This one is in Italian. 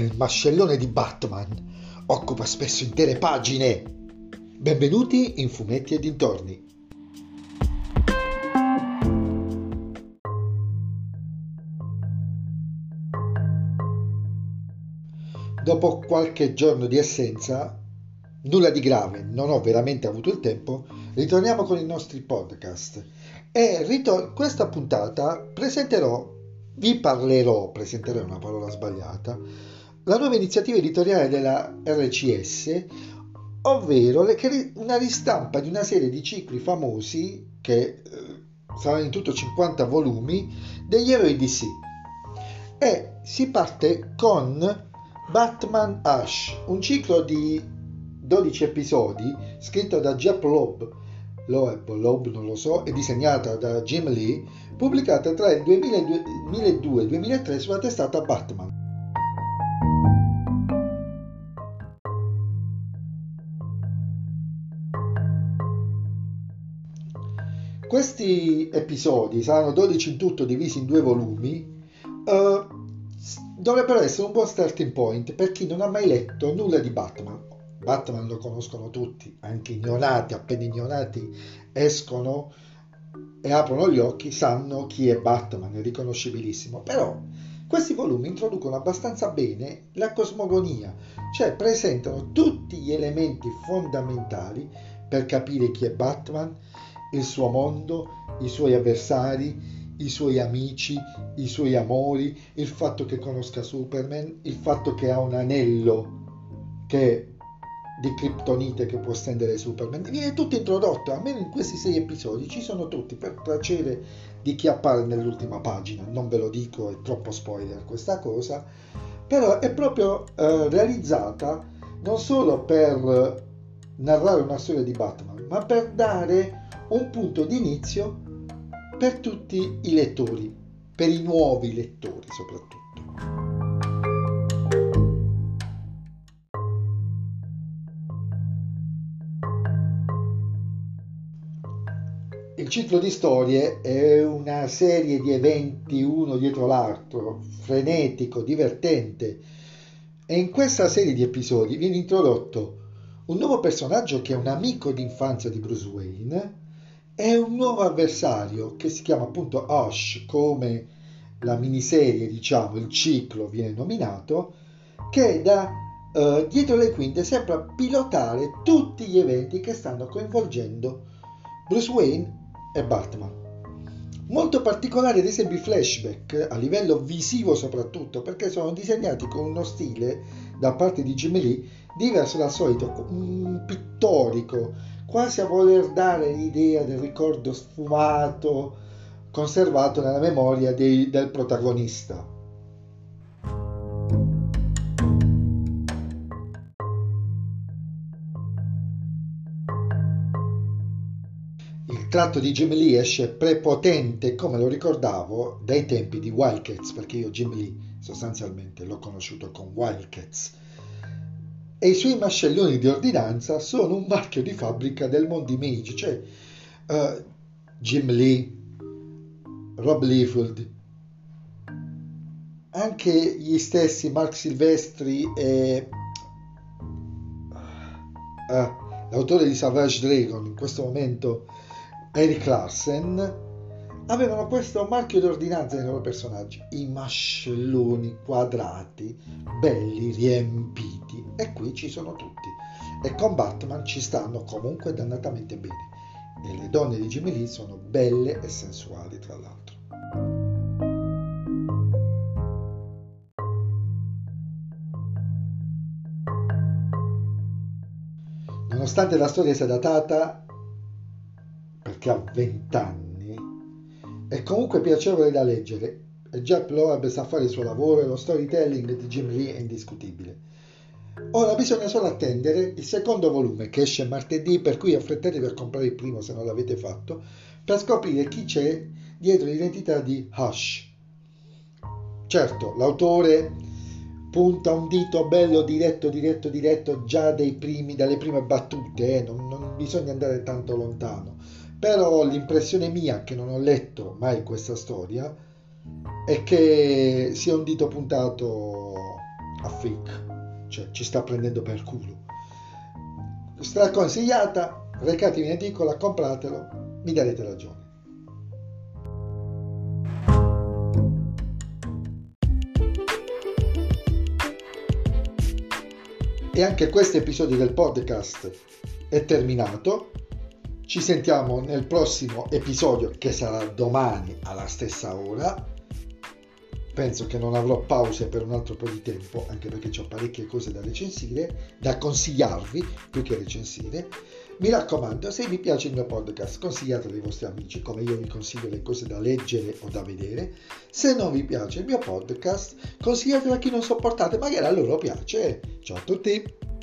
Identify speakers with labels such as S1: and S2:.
S1: il mascellone di Batman occupa spesso intere pagine. Benvenuti in Fumetti e dintorni. Dopo qualche giorno di assenza, nulla di grave, non ho veramente avuto il tempo, ritorniamo con i nostri podcast e questa puntata presenterò è una parola sbagliata, la nuova iniziativa editoriale della RCS, ovvero una ristampa di una serie di cicli famosi che saranno in tutto 50 volumi degli eroi DC. E si parte con Batman Hush, un ciclo di 12 episodi scritto da Jeph Loeb non lo so, e disegnata da Jim Lee, pubblicata tra il 2002 e il 2003 sulla testata Batman. Questi episodi saranno 12 in tutto, divisi in 2 volumi. Dovrebbero essere un buon starting point per chi non ha mai letto nulla di Batman. Batman lo conoscono tutti, anche ignorati, appena ignorati escono e aprono gli occhi, sanno chi è Batman, è riconoscibilissimo. Però questi volumi introducono abbastanza bene la cosmogonia, cioè presentano tutti gli elementi fondamentali per capire chi è Batman, il suo mondo, i suoi avversari, i suoi amici, i suoi amori, il fatto che conosca Superman, il fatto che ha un anello di Kryptonite che può stendere Superman. Viene tutto introdotto, almeno in questi 6 episodi ci sono tutti, per piacere di chi appare nell'ultima pagina. Non ve lo dico, è troppo spoiler questa cosa, però è proprio realizzata non solo per narrare una storia di Batman, ma per dare un punto di inizio per tutti i lettori, per i nuovi lettori soprattutto. Il ciclo di storie è una serie di eventi uno dietro l'altro, frenetico, divertente, e in questa serie di episodi viene introdotto un nuovo personaggio che è un amico d'infanzia di Bruce Wayne e un nuovo avversario che si chiama appunto Hush, come la miniserie, diciamo, il ciclo viene nominato, che da dietro le quinte sembra pilotare tutti gli eventi che stanno coinvolgendo Bruce Wayne e Batman. Molto particolare ad esempio i flashback, a livello visivo soprattutto, perché sono disegnati con uno stile da parte di Jim Lee diverso dal solito, pittorico, quasi a voler dare l'idea del ricordo sfumato conservato nella memoria del protagonista. Il tratto di Jim Lee esce prepotente, come lo ricordavo, dai tempi di Wildcats, perché io Jim Lee sostanzialmente l'ho conosciuto con Wildcats. E i suoi mascelloni di ordinanza sono un marchio di fabbrica del mondo Image, cioè Jim Lee, Rob Liefeld, anche gli stessi Mark Silvestri e l'autore di Savage Dragon, in questo momento Eric Larsen, avevano questo marchio di ordinanza nei loro personaggi, i mascelloni quadrati, belli, riempiti, e qui ci sono tutti, e con Batman ci stanno comunque dannatamente bene, e le donne di Jimmy Lee sono belle e sensuali tra l'altro. Nonostante la storia sia datata, perché ha 20 anni, è comunque piacevole da leggere, e Jeph Loeb sa fare il suo lavoro e lo storytelling di Jim Lee è indiscutibile. Ora bisogna solo attendere il secondo volume che esce martedì, per cui affrettatevi a comprare il primo se non l'avete fatto, per scoprire chi c'è dietro l'identità di Hush. Certo, l'autore punta un dito bello diretto già dalle prime battute, non bisogna andare tanto lontano. Però l'impressione mia, che non ho letto mai questa storia, è che sia un dito puntato a fake, cioè ci sta prendendo per culo. Straconsigliata, recatevi in edicola, compratelo, mi darete ragione. E anche questo episodio del podcast è terminato. Ci sentiamo nel prossimo episodio, che sarà domani alla stessa ora. Penso che non avrò pause per un altro po' di tempo, anche perché ho parecchie cose da recensire, da consigliarvi più che recensire. Mi raccomando, se vi piace il mio podcast, consigliatelo ai vostri amici, come io vi consiglio le cose da leggere o da vedere. Se non vi piace il mio podcast, consigliatelo a chi non sopportate, magari a loro piace. Ciao a tutti!